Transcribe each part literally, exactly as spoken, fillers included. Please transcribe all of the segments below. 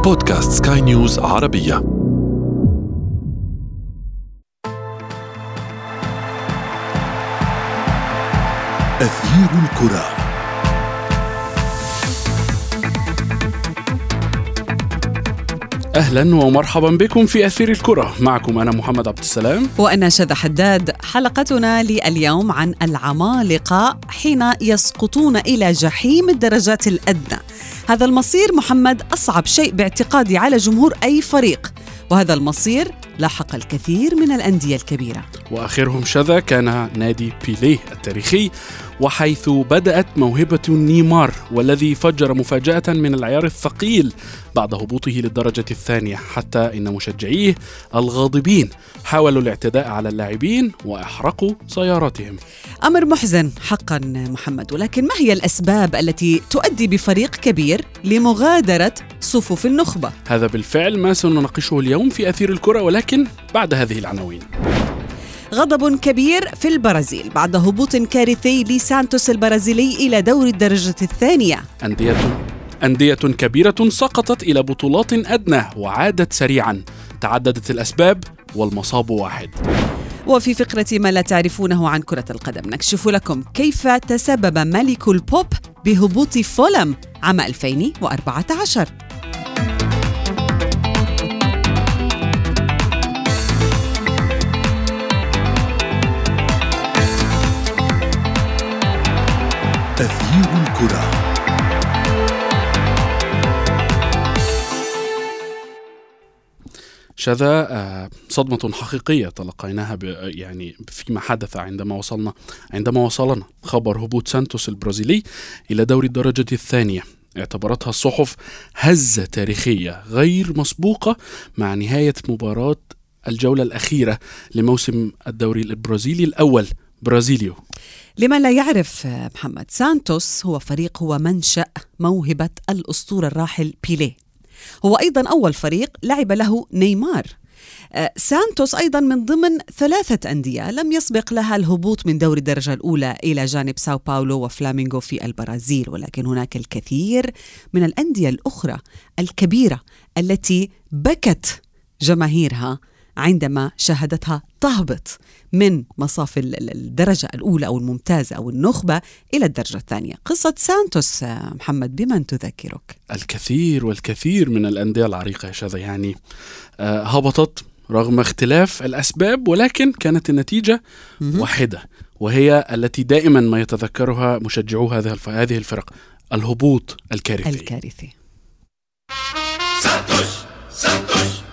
بودكاست سكاي نيوز عربية. أثير الكرة. أهلا ومرحبا بكم في أثير الكرة. معكم أنا محمد عبد السلام وأنا شذى حداد. حلقتنا لليوم عن العمالقة حين يسقطون إلى جحيم الدرجات الأدنى. هذا المصير محمد أصعب شيء باعتقادي على جمهور أي فريق، وهذا المصير لاحق الكثير من الأندية الكبيرة، وآخرهم شذا كان نادي بيليه التاريخي، وحيث بدأت موهبة نيمار والذي فجر مفاجأة من العيار الثقيل بعد هبوطه للدرجة الثانية، حتى إن مشجعيه الغاضبين حاولوا الاعتداء على اللاعبين وأحرقوا سياراتهم. أمر محزن حقا محمد، ولكن ما هي الأسباب التي تؤدي بفريق كبير لمغادرة صفوف النخبة؟ هذا بالفعل ما سنناقشه اليوم في أثير الكرة، ولكن بعد هذه العناوين. غضب كبير في البرازيل بعد هبوط كارثي لسانتوس البرازيلي إلى دور الدرجة الثانية. أندية أندية كبيرة سقطت إلى بطولات أدنى وعادت سريعا، تعددت الأسباب والمصاب واحد. وفي فقرة ما لا تعرفونه عن كرة القدم نكشف لكم كيف تسبب ملك البوب بهبوط فولم عام ألفين وأربعة عشر. تغيير الكرة. شذا صدمة حقيقية تلقيناها يعني فيما حدث عندما وصلنا عندما وصلنا خبر هبوط سانتوس البرازيلي إلى دوري الدرجة الثانية. اعتبرتها الصحف هزة تاريخية غير مسبوقة مع نهاية مباراة الجولة الأخيرة لموسم الدوري البرازيلي الأول برازيليو. لمن لا يعرف محمد، سانتوس هو فريق هو منشأ موهبة الأسطورة الراحل بيليه. هو أيضا أول فريق لعب له نيمار. سانتوس أيضا من ضمن ثلاثة أندية لم يسبق لها الهبوط من دوري الدرجة الأولى إلى جانب ساو باولو وفلامينغو في البرازيل، ولكن هناك الكثير من الأندية الأخرى الكبيرة التي بكت جماهيرها عندما شاهدتها تهبط من مصاف الدرجة الأولى أو الممتازة أو النخبة إلى الدرجة الثانية. قصة سانتوس محمد بمن تذكرك؟ الكثير والكثير من الأندية العريقة يا شذا، يعني آه هبطت رغم اختلاف الأسباب، ولكن كانت النتيجة م- واحدة، وهي التي دائما ما يتذكرها مشجعو هذه الفرق: الهبوط الكارثي. الكارثي. سانتوس سانتوس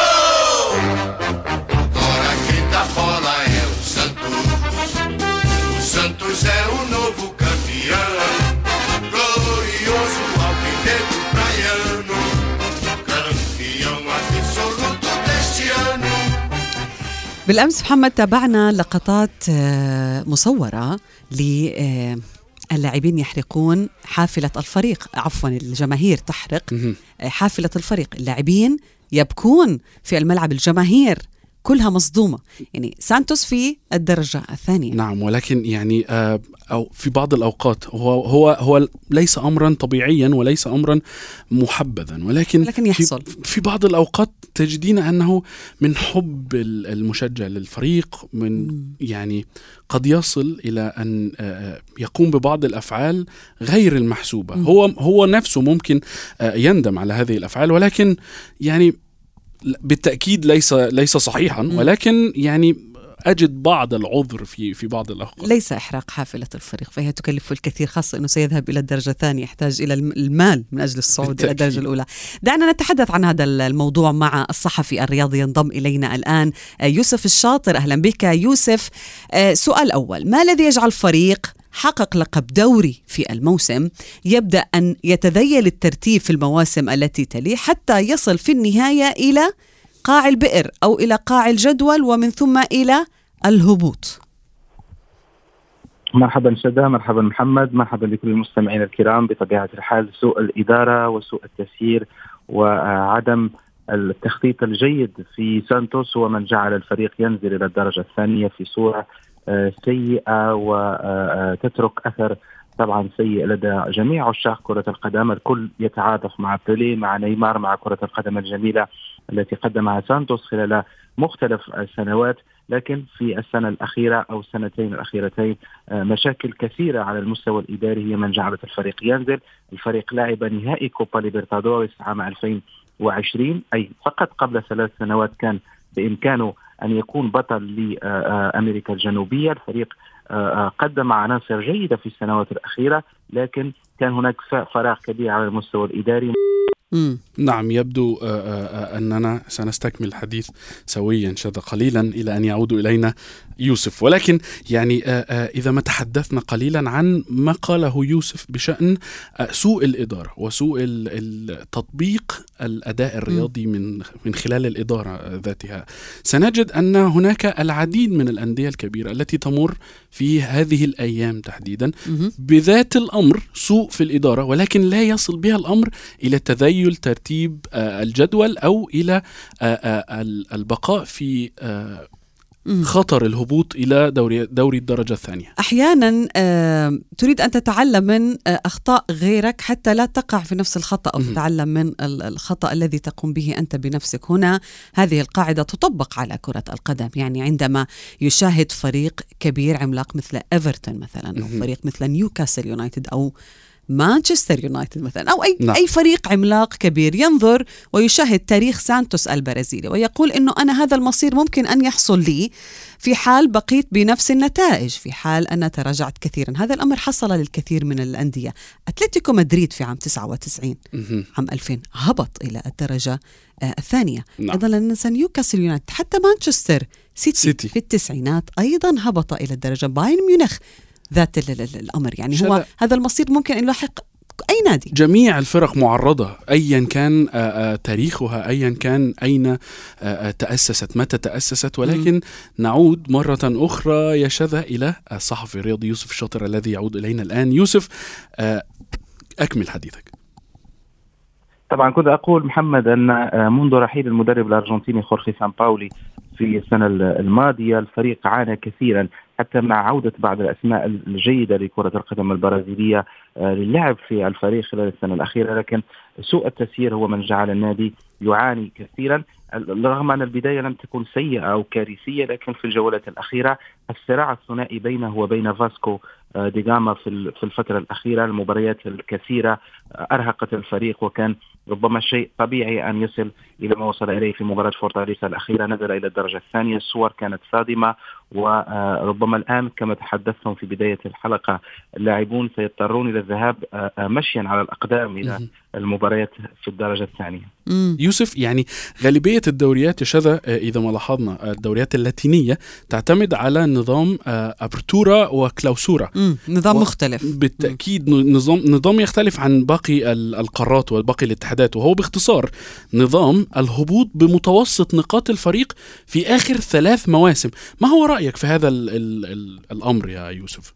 بالأمس محمد تابعنا لقطات مصورة للاعبين يحرقون حافلة الفريق، عفوا الجماهير تحرق حافلة الفريق، اللاعبين يبكون في الملعب، الجماهير كلها مصدومة. يعني سانتوس في الدرجة الثانية. نعم، ولكن يعني آه أو في بعض الأوقات هو هو هو ليس أمرا طبيعيا وليس أمرا محبذا، ولكن, ولكن يحصل في, في بعض الأوقات تجدين أنه من حب المشجع للفريق من م. يعني قد يصل إلى أن آه يقوم ببعض الأفعال غير المحسوبة. م. هو هو نفسه ممكن آه يندم على هذه الأفعال، ولكن يعني بالتأكيد ليس ليس صحيحا، ولكن يعني أجد بعض العذر في في بعض الأوقات. ليس إحراق حافلة الفريق، فهي تكلف الكثير، خاصة أنه سيذهب إلى الدرجة الثانية، يحتاج إلى المال من أجل الصعود إلى الدرجة الأولى. دعنا نتحدث عن هذا الموضوع مع الصحفي الرياضي ينضم إلينا الآن يوسف الشاطر. أهلا بك يوسف. سؤال أول: ما الذي يجعل فريق حقق لقب دوري في الموسم يبدأ أن يتذيل الترتيب في المواسم التي تليه حتى يصل في النهاية إلى قاع البئر أو إلى قاع الجدول ومن ثم إلى الهبوط؟ مرحبا شذا، مرحبا محمد، مرحبا لكل المستمعين الكرام. بطبيعة الحال سوء الإدارة وسوء التسيير وعدم التخطيط الجيد في سانتوس هو من جعل الفريق ينزل إلى الدرجة الثانية في صورة سيئة وتترك أثر طبعا سيء لدى جميع عشاق كرة القدم. الكل يتعاطف مع بيليه، مع نيمار، مع كرة القدم الجميلة التي قدمها سانتوس خلال مختلف السنوات. لكن في السنة الأخيرة أو السنتين الأخيرتين مشاكل كثيرة على المستوى الإداري هي من جعلت الفريق ينزل. الفريق لعب نهائي كوبا ليبرتادوريس عام ألفين وعشرين، أي فقط قبل ثلاث سنوات كان بإمكانه أن يكون بطل لأمريكا الجنوبية. الفريق قدم عناصر جيدة في السنوات الأخيرة، لكن كان هناك فراغ كبير على المستوى الإداري. مم. نعم، يبدو أننا سنستكمل الحديث سويا شذا قليلا إلى أن يعود إلينا يوسف، ولكن يعني إذا ما تحدثنا قليلا عن ما قاله يوسف بشأن سوء الإدارة وسوء التطبيق الأداء الرياضي من من خلال الإدارة ذاتها، سنجد أن هناك العديد من الأندية الكبيرة التي تمر في هذه الأيام تحديدا بذات الأمر سوء في الإدارة، ولكن لا يصل بها الأمر إلى تذيل ترتيب الجدول أو إلى البقاء في خطر الهبوط إلى دوري دوري الدرجة الثانية. أحيانا تريد أن تتعلم من أخطاء غيرك حتى لا تقع في نفس الخطأ، أو تتعلم من الخطأ الذي تقوم به أنت بنفسك. هنا هذه القاعدة تطبق على كرة القدم، يعني عندما يشاهد فريق كبير عملاق مثل إيفرتون مثلا، أو فريق مثل نيوكاسل يونايتد، أو مانشستر يونايتد مثلا، أو أي, نعم. أي فريق عملاق كبير، ينظر ويشاهد تاريخ سانتوس البرازيلي ويقول إنه أنا هذا المصير ممكن أن يحصل لي في حال بقيت بنفس النتائج، في حال أن تراجعت كثيرا. هذا الأمر حصل للكثير من الأندية. أتلتيكو مدريد في عام تسعة وتسعين، عام ألفين هبط إلى الدرجة الثانية. نعم. أيضا لا ننسى نيوكاسل يونايتد، حتى مانشستر سيتي, سيتي في التسعينات أيضا هبط إلى الدرجة. بايرن ميونخ ذات الأمر. يعني هو هذا المصير ممكن أن يلاحق أي نادي. جميع الفرق معرضة أيا كان آآ تاريخها، أيا كان أين تأسست، متى تأسست. ولكن م. نعود مرة أخرى يا شذا إلى الصحفي الرياضي يوسف الشاطر الذي يعود إلينا الآن. يوسف، أكمل حديثك. طبعا كنت أقول محمد أن منذ رحيل المدرب الأرجنتيني خورخي سامباولي في السنة الماضية الفريق عانى كثيرا، حتى مع عودة بعض الأسماء الجيدة لكرة القدم البرازيلية للعب في الفريق خلال السنة الأخيرة، لكن سوء التسيير هو من جعل النادي يعاني كثيرا. رغم أن البداية لم تكن سيئة أو كارثية، لكن في الجولات الأخيرة الصراع الثنائي بينه وبين فاسكو دي غاما في الفترة الأخيرة، المباريات الكثيرة أرهقت الفريق، وكان ربما شيء طبيعي أن يصل إلى ما وصل إليه في مباراة فورتاليسا الأخيرة، نزل إلى الدرجة الثانية. الصور كانت صادمة، وربما الآن كما تحدثتم في بداية الحلقة اللاعبون سيضطرون إلى الذهاب مشيا على الأقدام إلى المباريات في الدرجة الثانية. يوسف، يعني غالبية الدوريات شذا إذا ما لاحظنا الدوريات اللاتينية تعتمد على نظام أبرتورا وكلاوسورا، نظام مختلف بالتأكيد. نظام نظام يختلف عن باقي القارات وباقي الاتحادات، وهو باختصار نظام الهبوط بمتوسط نقاط الفريق في آخر ثلاث مواسم. ما هو رأيك في هذا ال ال ال الأمر يا يوسف؟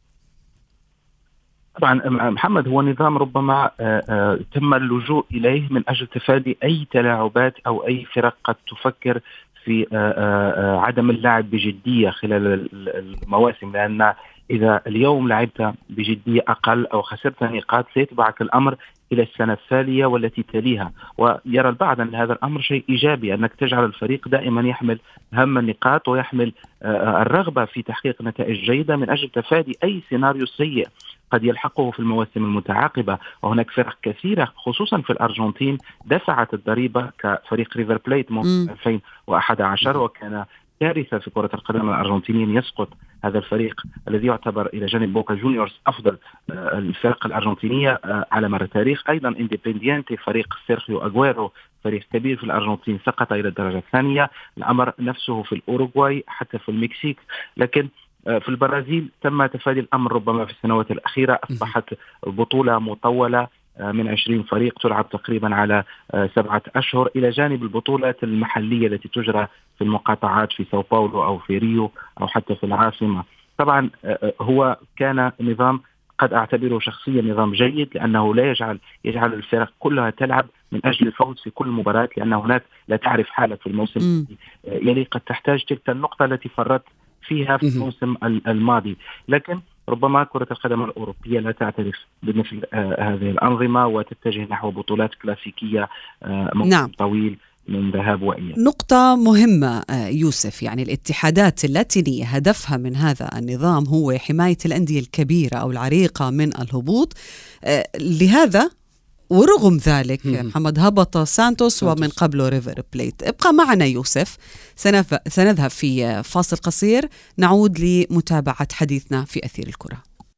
طبعا محمد، هو نظام ربما تم اللجوء إليه من أجل تفادي أي تلاعبات أو أي فرق قد تفكر في عدم اللعب بجدية خلال المواسم، لأن إذا اليوم لعبت بجدية أقل أو خسرت نقاط سيتبعك الأمر إلى السنة التالية والتي تليها. ويرى البعض أن هذا الأمر شيء إيجابي، أنك تجعل الفريق دائما يحمل هم النقاط ويحمل الرغبة في تحقيق نتائج جيدة من أجل تفادي أي سيناريو سيء قد يلحقه في المواسم المتعاقبة. وهناك فرق كثيرة خصوصا في الأرجنتين دفعت الضريبة كفريق ريفر بليت منذ ألفين وأحد عشر، وكان كارثة في كرة القدم الأرجنتينيين يسقط هذا الفريق الذي يعتبر إلى جانب بوكا جونيورز أفضل الفرق الأرجنتينية على مر التاريخ. أيضا إنديبندينتي فريق سيرخيو أغويرو فريق كبير في الأرجنتين سقط إلى الدرجة الثانية. الأمر نفسه في الأوروغواي حتى في المكسيك. لكن في البرازيل تم تفادي الأمر ربما في السنوات الأخيرة، أصبحت بطولة مطولة من عشرين فريق تلعب تقريبا على سبعة أشهر، إلى جانب البطولات المحلية التي تجرى في المقاطعات في ساو باولو أو في ريو أو حتى في العاصمة. طبعا هو كان نظام قد أعتبره شخصيا نظام جيد، لأنه لا يجعل يجعل الفرق كلها تلعب من أجل الفوز في كل مباراة، لأن هناك لا تعرف حالك في الموسم يلي قد تحتاج تلك النقطة التي فرت فيها في الموسم الماضي. لكن ربما كرة القدم الأوروبية لا تعترف بمثل هذه الأنظمة وتتجه نحو بطولات كلاسيكية موسم نعم. طويل من ذهاب وإياب. نقطة مهمة يوسف، يعني الاتحادات اللاتينية هدفها من هذا النظام هو حماية الأندية الكبيرة أو العريقة من الهبوط. لهذا ورغم ذلك محمد هبط سانتوس ومن قبله ريفر بليت. ابقى معنا يوسف، سنذهب في فاصل قصير، نعود لمتابعة حديثنا في أثير الكرة.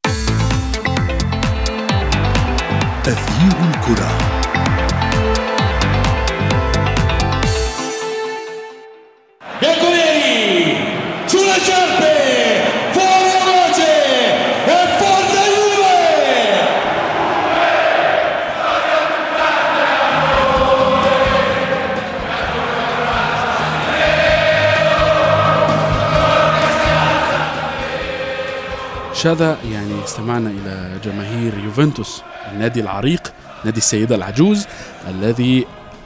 أثير الكرة. هذا يعني استمعنا إلى جماهير يوفنتوس، النادي العريق، نادي السيدة العجوز الذي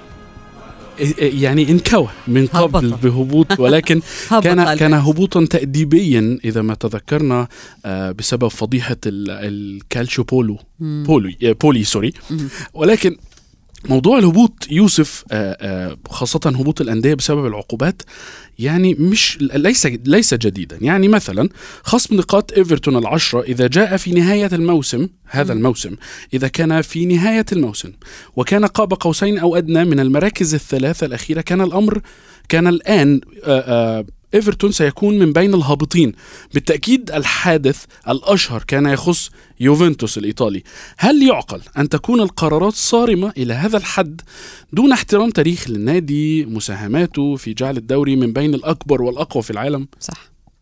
يعني انكوى من قبل هبط. بهبوط، ولكن كان كان هبوطا تأديبيا إذا ما تذكرنا بسبب فضيحة الكالشيو بولو بولي بولي سوري. ولكن موضوع الهبوط يوسف خاصة هبوط الأندية بسبب العقوبات يعني مش ليس ليس جديدا. يعني مثلا خصم نقاط إيفرتون العشرة إذا جاء في نهاية الموسم، هذا الموسم إذا كان في نهاية الموسم وكان قاب قوسين أو أدنى من المراكز الثلاثة الأخيرة، كان الأمر كان الآن آآ آآ إيفرتون سيكون من بين الهابطين. بالتأكيد الحادث الأشهر كان يخص يوفنتوس الإيطالي. هل يعقل أن تكون القرارات صارمة إلى هذا الحد دون احترام تاريخ للنادي، مساهماته في جعل الدوري من بين الأكبر والأقوى في العالم؟ صح.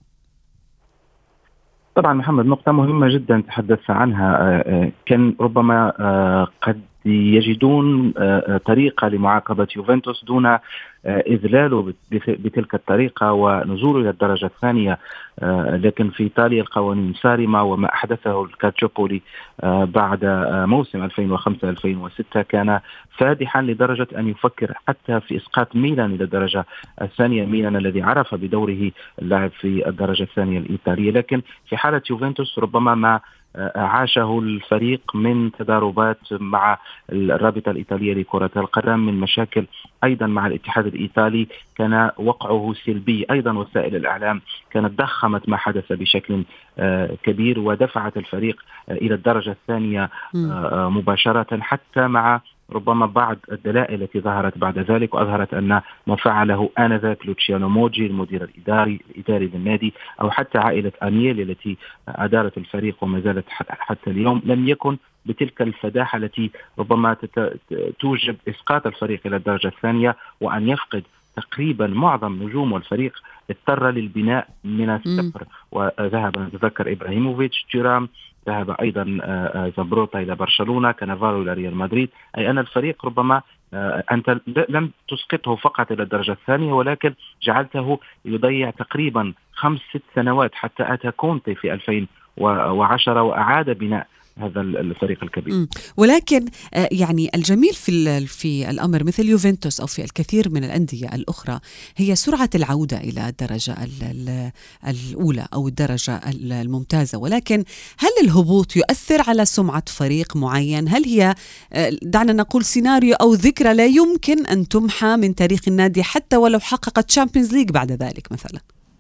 طبعا محمد، نقطة مهمة جدا تحدثت عنها. كان ربما قد يجدون طريقة لمعاقبة يوفنتوس دون إذلاله بتلك الطريقة ونزوله إلى الدرجة الثانية، لكن في إيطاليا القوانين صارمة، وما أحدثه الكالتشوبولي بعد موسم ألفين وخمسة ألفين وستة كان فادحا لدرجة أن يفكر حتى في إسقاط ميلان إلى الدرجة الثانية، ميلان الذي عرف بدوره اللعب في الدرجة الثانية الإيطالية. لكن في حالة يوفنتوس ربما ما عاشه الفريق من تضاربات مع الرابطة الإيطالية لكرة القدم، من مشاكل أيضا مع الاتحاد الإيطالي كان وقعه سلبي. أيضا وسائل الإعلام كانت ضخمت ما حدث بشكل كبير ودفعت الفريق إلى الدرجة الثانية مباشرة، حتى مع ربما بعض الدلائل التي ظهرت بعد ذلك وأظهرت أن ما فعله آنذاك لوتشيانو موجي المدير الإداري الإداري للنادي، أو حتى عائلة أنييلي التي أدارت الفريق وما زالت حتى اليوم، لم يكن بتلك الفداحة التي ربما توجب إسقاط الفريق إلى الدرجة الثانية وأن يفقد تقريبا معظم نجوم الفريق. اضطر للبناء من الصفر وذهب نتذكر إبراهيموفيتش، تيرام، ذهب أيضا زبروتا إلى برشلونة، كانافارو إلى ريال مدريد. أي أن الفريق ربما أنت لم تسقطه فقط إلى الدرجة الثانية، ولكن جعلته يضيع تقريبا خمس ست سنوات حتى أتى كونتي في ألفين وعشرة وأعاد بناء هذا الفريق الكبير. م. ولكن يعني الجميل في في الأمر مثل يوفنتوس أو في الكثير من الأندية الأخرى هي سرعة العودة إلى الدرجة الأولى أو الدرجة الممتازة. ولكن هل الهبوط يؤثر على سمعة فريق معين؟ هل هي دعنا نقول سيناريو أو ذكرى لا يمكن أن تمحى من تاريخ النادي حتى ولو حققت تشامبيونز ليج بعد ذلك مثلا؟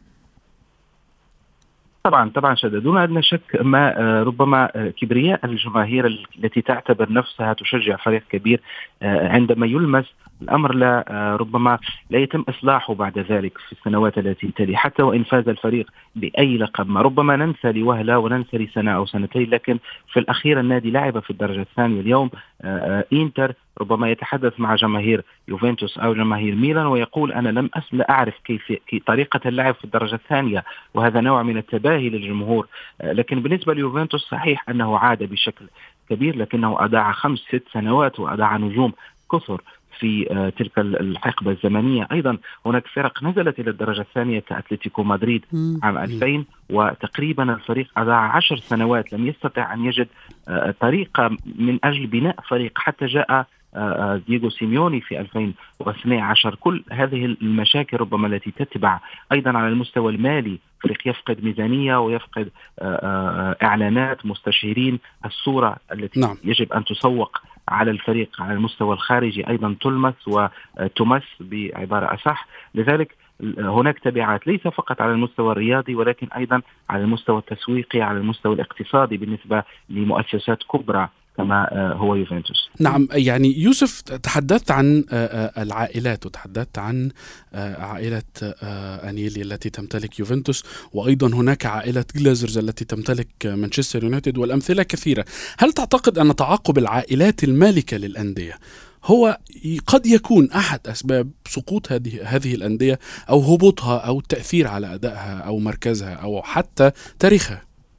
طبعا طبعا شدد دون أدنى شك ما ربما كبرياء الجماهير التي تعتبر نفسها تشجع فريق كبير عندما يلمس الأمر لا ربما لا يتم إصلاحه بعد ذلك في السنوات التي تلي، حتى وإن فاز الفريق بأي لقب ما ربما ننسى لوهلة وننسى لسنة أو سنتين، لكن في الأخير النادي لعب في الدرجة الثانية. اليوم إنتر ربما يتحدث مع جماهير يوفنتوس أو جماهير ميلان ويقول أنا لم أصل أعرف كيف طريقة اللعب في الدرجة الثانية، وهذا نوع من التباهي للجمهور. لكن بالنسبة ليوفنتوس صحيح أنه عاد بشكل كبير، لكنه أضاع خمس ست سنوات وأضاع نجوم كثر في تلك الحقبة الزمنية. أيضا هناك فرق نزلت إلى الدرجة الثانية كأتلتيكو مدريد عام ألفين، وتقريبا الفريق أضاع عشر سنوات لم يستطع أن يجد طريقة من أجل بناء فريق، حتى جاء دييغو سيميوني في ألفين واثني عشر. كل هذه المشاكل ربما التي تتبع أيضا على المستوى المالي، فريق يفقد ميزانية ويفقد إعلانات، مستشارين، الصورة التي نعم. يجب أن تسوق على الفريق على المستوى الخارجي أيضا تلمس وتمس بعبارة أصح. لذلك هناك تبعات ليس فقط على المستوى الرياضي ولكن أيضا على المستوى التسويقي، على المستوى الاقتصادي بالنسبة لمؤسسات كبرى كما هو يوفنتوس. نعم، يعني يوسف تحدثت عن العائلات وتحدثت عن عائلة أنيلي التي تمتلك يوفنتوس، وأيضا هناك عائلة جلازرز التي تمتلك مانشستر يونايتد، والأمثلة كثيرة. هل تعتقد أن تعاقب العائلات المالكة للأندية هو قد يكون أحد أسباب سقوط هذه هذه الأندية أو هبوطها أو التأثير على أدائها أو مركزها أو حتى تاريخها؟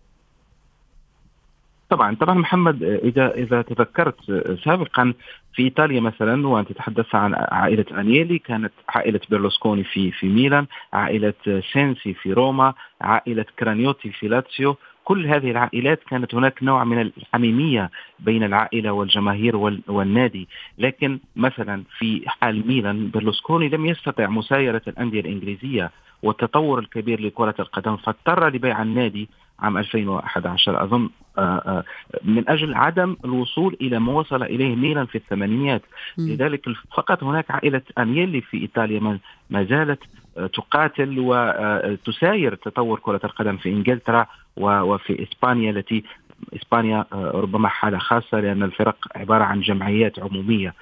طبعا طبعا محمد، إذا إذا تذكرت سابقا في إيطاليا مثلا وأنت تتحدث عن عائلة أنيلي، كانت عائلة بيرلوسكوني في في ميلان، عائلة سينسي في روما، عائلة كرانيوتي في لاتسيو. كل هذه العائلات كانت هناك نوع من الحميمية بين العائلة والجماهير والنادي. لكن مثلا في حال ميلان، بيرلوسكوني لم يستطع مسايرة الأندية الإنجليزية والتطور الكبير لكرة القدم، فاضطر لبيع النادي عام ألفين وأحد عشر أظن من أجل عدم الوصول إلى ما وصل إليه ميلان في الثمانينيات. لذلك فقط هناك عائلة أنيلي في إيطاليا ما زالت تقاتل وتساير تطور كرة القدم في إنجلترا وفي إسبانيا، التي إسبانيا ربما حالة خاصة لأن الفرق عبارة عن جمعيات عمومية.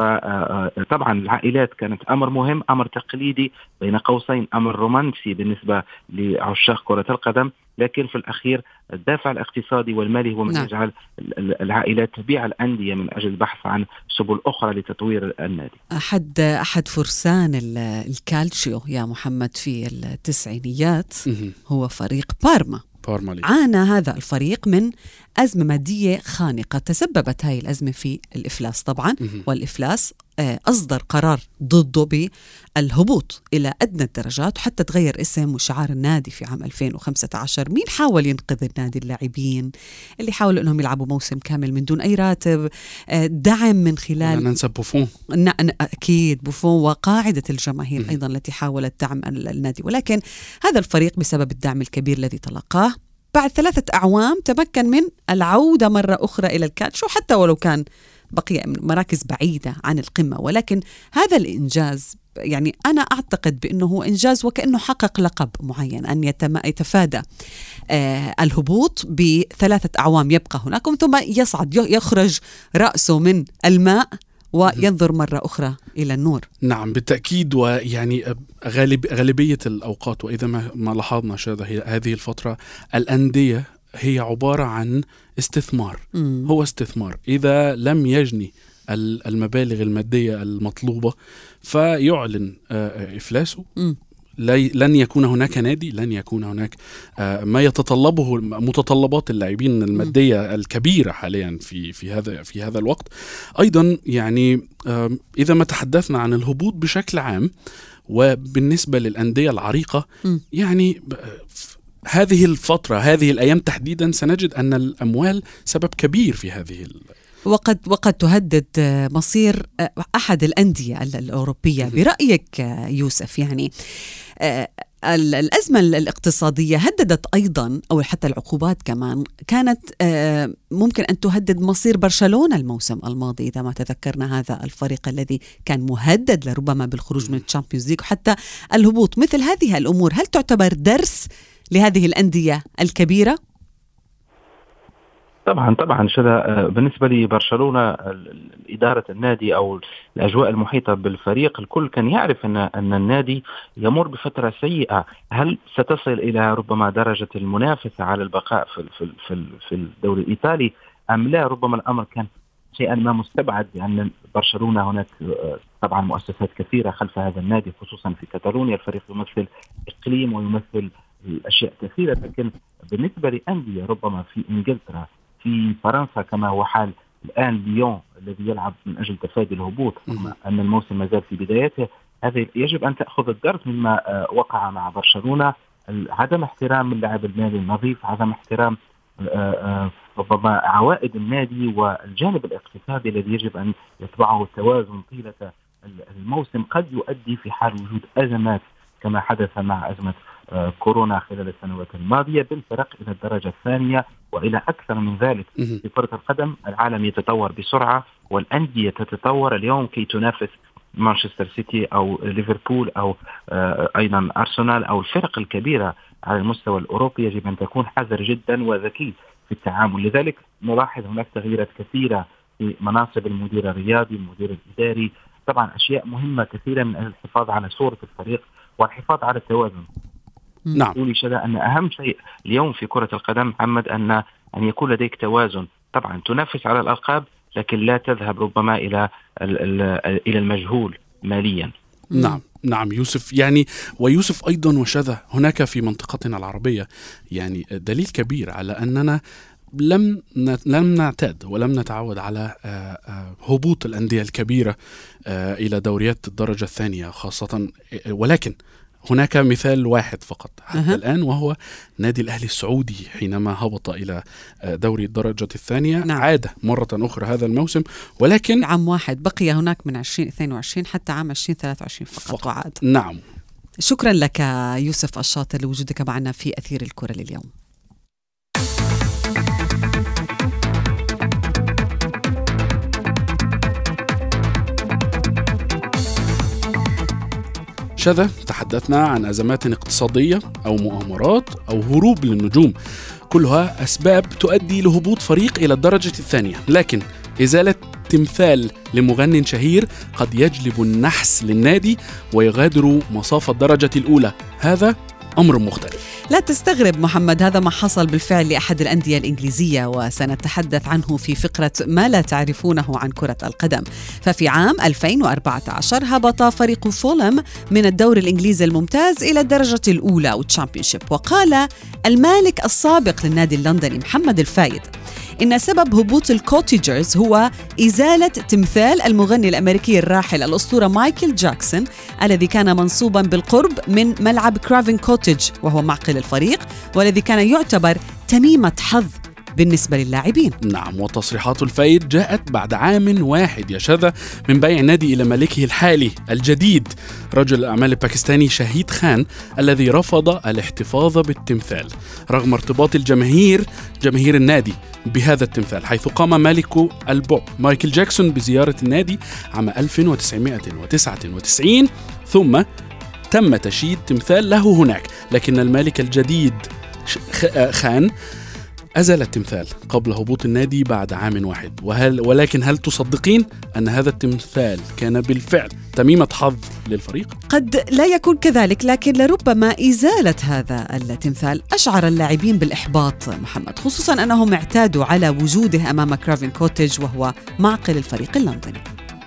فطبعا العائلات كانت أمر مهم، أمر تقليدي بين قوسين، أمر رومانسي بالنسبة لعشاق كرة القدم، لكن في الأخير الدافع الاقتصادي والمالي هو من نعم. يجعل العائلات تبيع الأندية من أجل البحث عن سبل أخرى لتطوير النادي. أحد أحد فرسان الكالتشيو يا محمد في التسعينيات هو فريق بارما. عانى هذا الفريق من أزمة مادية خانقة، تسببت هاي الأزمة في الإفلاس طبعا، والإفلاس أصدر قرار ضده بالهبوط إلى أدنى الدرجات، وحتى تغير اسم وشعار النادي في عام ألفين وخمسة عشر. مين حاول ينقذ النادي؟ اللاعبين اللي حاولوا أنهم يلعبوا موسم كامل من دون أي راتب، دعم من خلال ننسى بوفون. أكيد بوفون، وقاعدة الجماهير أيضا التي حاولت دعم النادي. ولكن هذا الفريق بسبب الدعم الكبير الذي تلقاه بعد ثلاثة أعوام تمكن من العودة مرة أخرى إلى الكالتشيو، حتى ولو كان بقي مراكز بعيدة عن القمة. ولكن هذا الإنجاز يعني أنا أعتقد بأنه هو إنجاز وكأنه حقق لقب معين، أن يتفادى آه الهبوط بثلاثة أعوام يبقى هناك ثم يصعد يخرج رأسه من الماء وينظر مرة أخرى إلى النور. نعم بالتأكيد. ويعني غالب غالبية الأوقات وإذا ما, ما لاحظنا شذا هذه الفترة الأندية هي عبارة عن استثمار. مم. هو استثمار، إذا لم يجني المبالغ المادية المطلوبة فيعلن إفلاسه. مم. لن يكون هناك نادي، لن يكون هناك ما يتطلبه متطلبات اللاعبين المادية الكبيرة حاليا في في هذا في هذا الوقت. أيضا يعني إذا ما تحدثنا عن الهبوط بشكل عام وبالنسبة للأندية العريقة، يعني هذه الفترة هذه الأيام تحديدا سنجد أن الأموال سبب كبير في هذه ال... وقد وقد تهدد مصير أحد الأندية الأوروبية. برأيك يوسف، يعني الأزمة الاقتصادية هددت أيضا، أو حتى العقوبات كمان كانت ممكن أن تهدد مصير برشلونة الموسم الماضي، إذا ما تذكرنا هذا الفريق الذي كان مهدد لربما بالخروج من الشامبيونز ليج وحتى الهبوط. مثل هذه الأمور هل تعتبر درس لهذه الأندية الكبيرة؟ طبعا طبعا شذا بالنسبة لبرشلونة إدارة النادي أو الأجواء المحيطة بالفريق، الكل كان يعرف أن أن النادي يمر بفترة سيئة. هل ستصل إلى ربما درجة المنافسة على البقاء في في في في الدوري الإيطالي أم لا؟ ربما الأمر كان شيئا ما مستبعد، لأن برشلونة هناك طبعا مؤسسات كثيرة خلف هذا النادي، خصوصا في كاتالونيا. الفريق يمثل إقليم ويمثل أشياء كثيرة. لكن بالنسبة لأندية ربما في إنجلترا، في فرنسا كما هو حال الآن ليون الذي يلعب من أجل تفادي الهبوط، أن الموسم ما زال في بدايته، هذا يجب أن تأخذ الدرس مما وقع مع برشلونة. عدم احترام اللاعب المالي النظيف، عدم احترام ربما عوائد النادي والجانب الاقتصادي الذي يجب أن يتبعه التوازن طيلة الموسم قد يؤدي في حال وجود أزمات كما حدث مع أزمة كورونا خلال السنوات الماضية بالفرق إلى الدرجة الثانية وإلى أكثر من ذلك. في كرة القدم العالم يتطور بسرعة والأندية تتطور اليوم كي تنافس مانشستر سيتي أو ليفربول أو أيضا أرسنال أو الفرق الكبيرة على المستوى الأوروبي. يجب أن تكون حذر جدا وذكي في التعامل. لذلك نلاحظ هناك تغييرات كثيرة في مناصب المدير الرياضي المدير الإداري، طبعا أشياء مهمة كثيرة من أجل الحفاظ على صورة الفريق والحفاظ على التوازن. نعم. قولي شذا أن أهم شيء اليوم في كرة القدم محمد أن أن يكون لديك توازن. طبعا تنافس على الألقاب لكن لا تذهب ربما إلى إلى المجهول ماليا. نعم نعم يوسف، يعني ويوسف أيضا وشذا هناك في منطقتنا العربية يعني دليل كبير على أننا لم لم نعتاد ولم نتعود على هبوط الأندية الكبيرة إلى دوريات الدرجة الثانية خاصة، ولكن هناك مثال واحد فقط حتى أه. الآن وهو نادي الأهلي السعودي حينما هبط إلى دوري الدرجة الثانية. نعم. عاد مرة أخرى هذا الموسم، ولكن عام واحد بقي هناك من عشرين اثنين وعشرين حتى عام عشرين ثلاثة وعشرين فقط, فقط. وعاد. نعم. شكرا لك يوسف الشاطر لوجودك معنا في أثير الكرة لليوم. شذا تحدثنا عن أزمات اقتصادية أو مؤامرات أو هروب للنجوم، كلها أسباب تؤدي لهبوط فريق إلى الدرجة الثانية، لكن إزالة تمثال لمغن شهير قد يجلب النحس للنادي ويغادر مصاف الدرجة الأولى، هذا أمر مختلف. لا تستغرب محمد، هذا ما حصل بالفعل لأحد الأندية الإنجليزية وسنتحدث عنه في فقرة ما لا تعرفونه عن كرة القدم. ففي عام ألفين وأربعة عشر هبط فريق فولم من الدور الإنجليزي الممتاز إلى الدرجة الأولى أو تشامبيونشيب، وقال المالك السابق للنادي اللندني محمد الفايد إن سبب هبوط الكوتيجرز هو إزالة تمثال المغني الأمريكي الراحل الأسطورة مايكل جاكسون الذي كان منصوبا بالقرب من ملعب كرافن كوتيج وهو معقل الفريق، والذي كان يعتبر تميمة حظ بالنسبة للاعبين. نعم، وتصريحات الفايد جاءت بعد عام واحد يا شذا من بيع النادي إلى مالكه الحالي الجديد رجل الأعمال الباكستاني شهيد خان الذي رفض الاحتفاظ بالتمثال رغم ارتباط الجماهير جماهير النادي بهذا التمثال، حيث قام مالك البوب مايكل جاكسون بزيارة النادي عام ألف وتسعمائة وتسعة وتسعين ثم تم تشييد تمثال له هناك، لكن المالك الجديد خان أزل التمثال قبل هبوط النادي بعد عام واحد. وهل ولكن هل تصدقين أن هذا التمثال كان بالفعل تميمة حظ للفريق؟ قد لا يكون كذلك، لكن لربما إزالة هذا التمثال أشعر اللاعبين بالإحباط محمد، خصوصا أنهم اعتادوا على وجوده أمام كرافن كوتيج وهو معقل الفريق اللندني.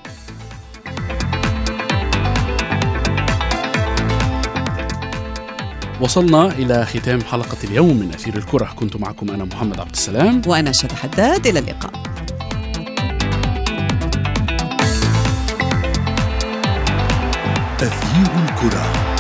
وصلنا إلى ختام حلقة اليوم من أثير الكرة، كنت معكم أنا محمد عبد السلام وأنا شذى حداد، إلى اللقاء. أثير الكرة.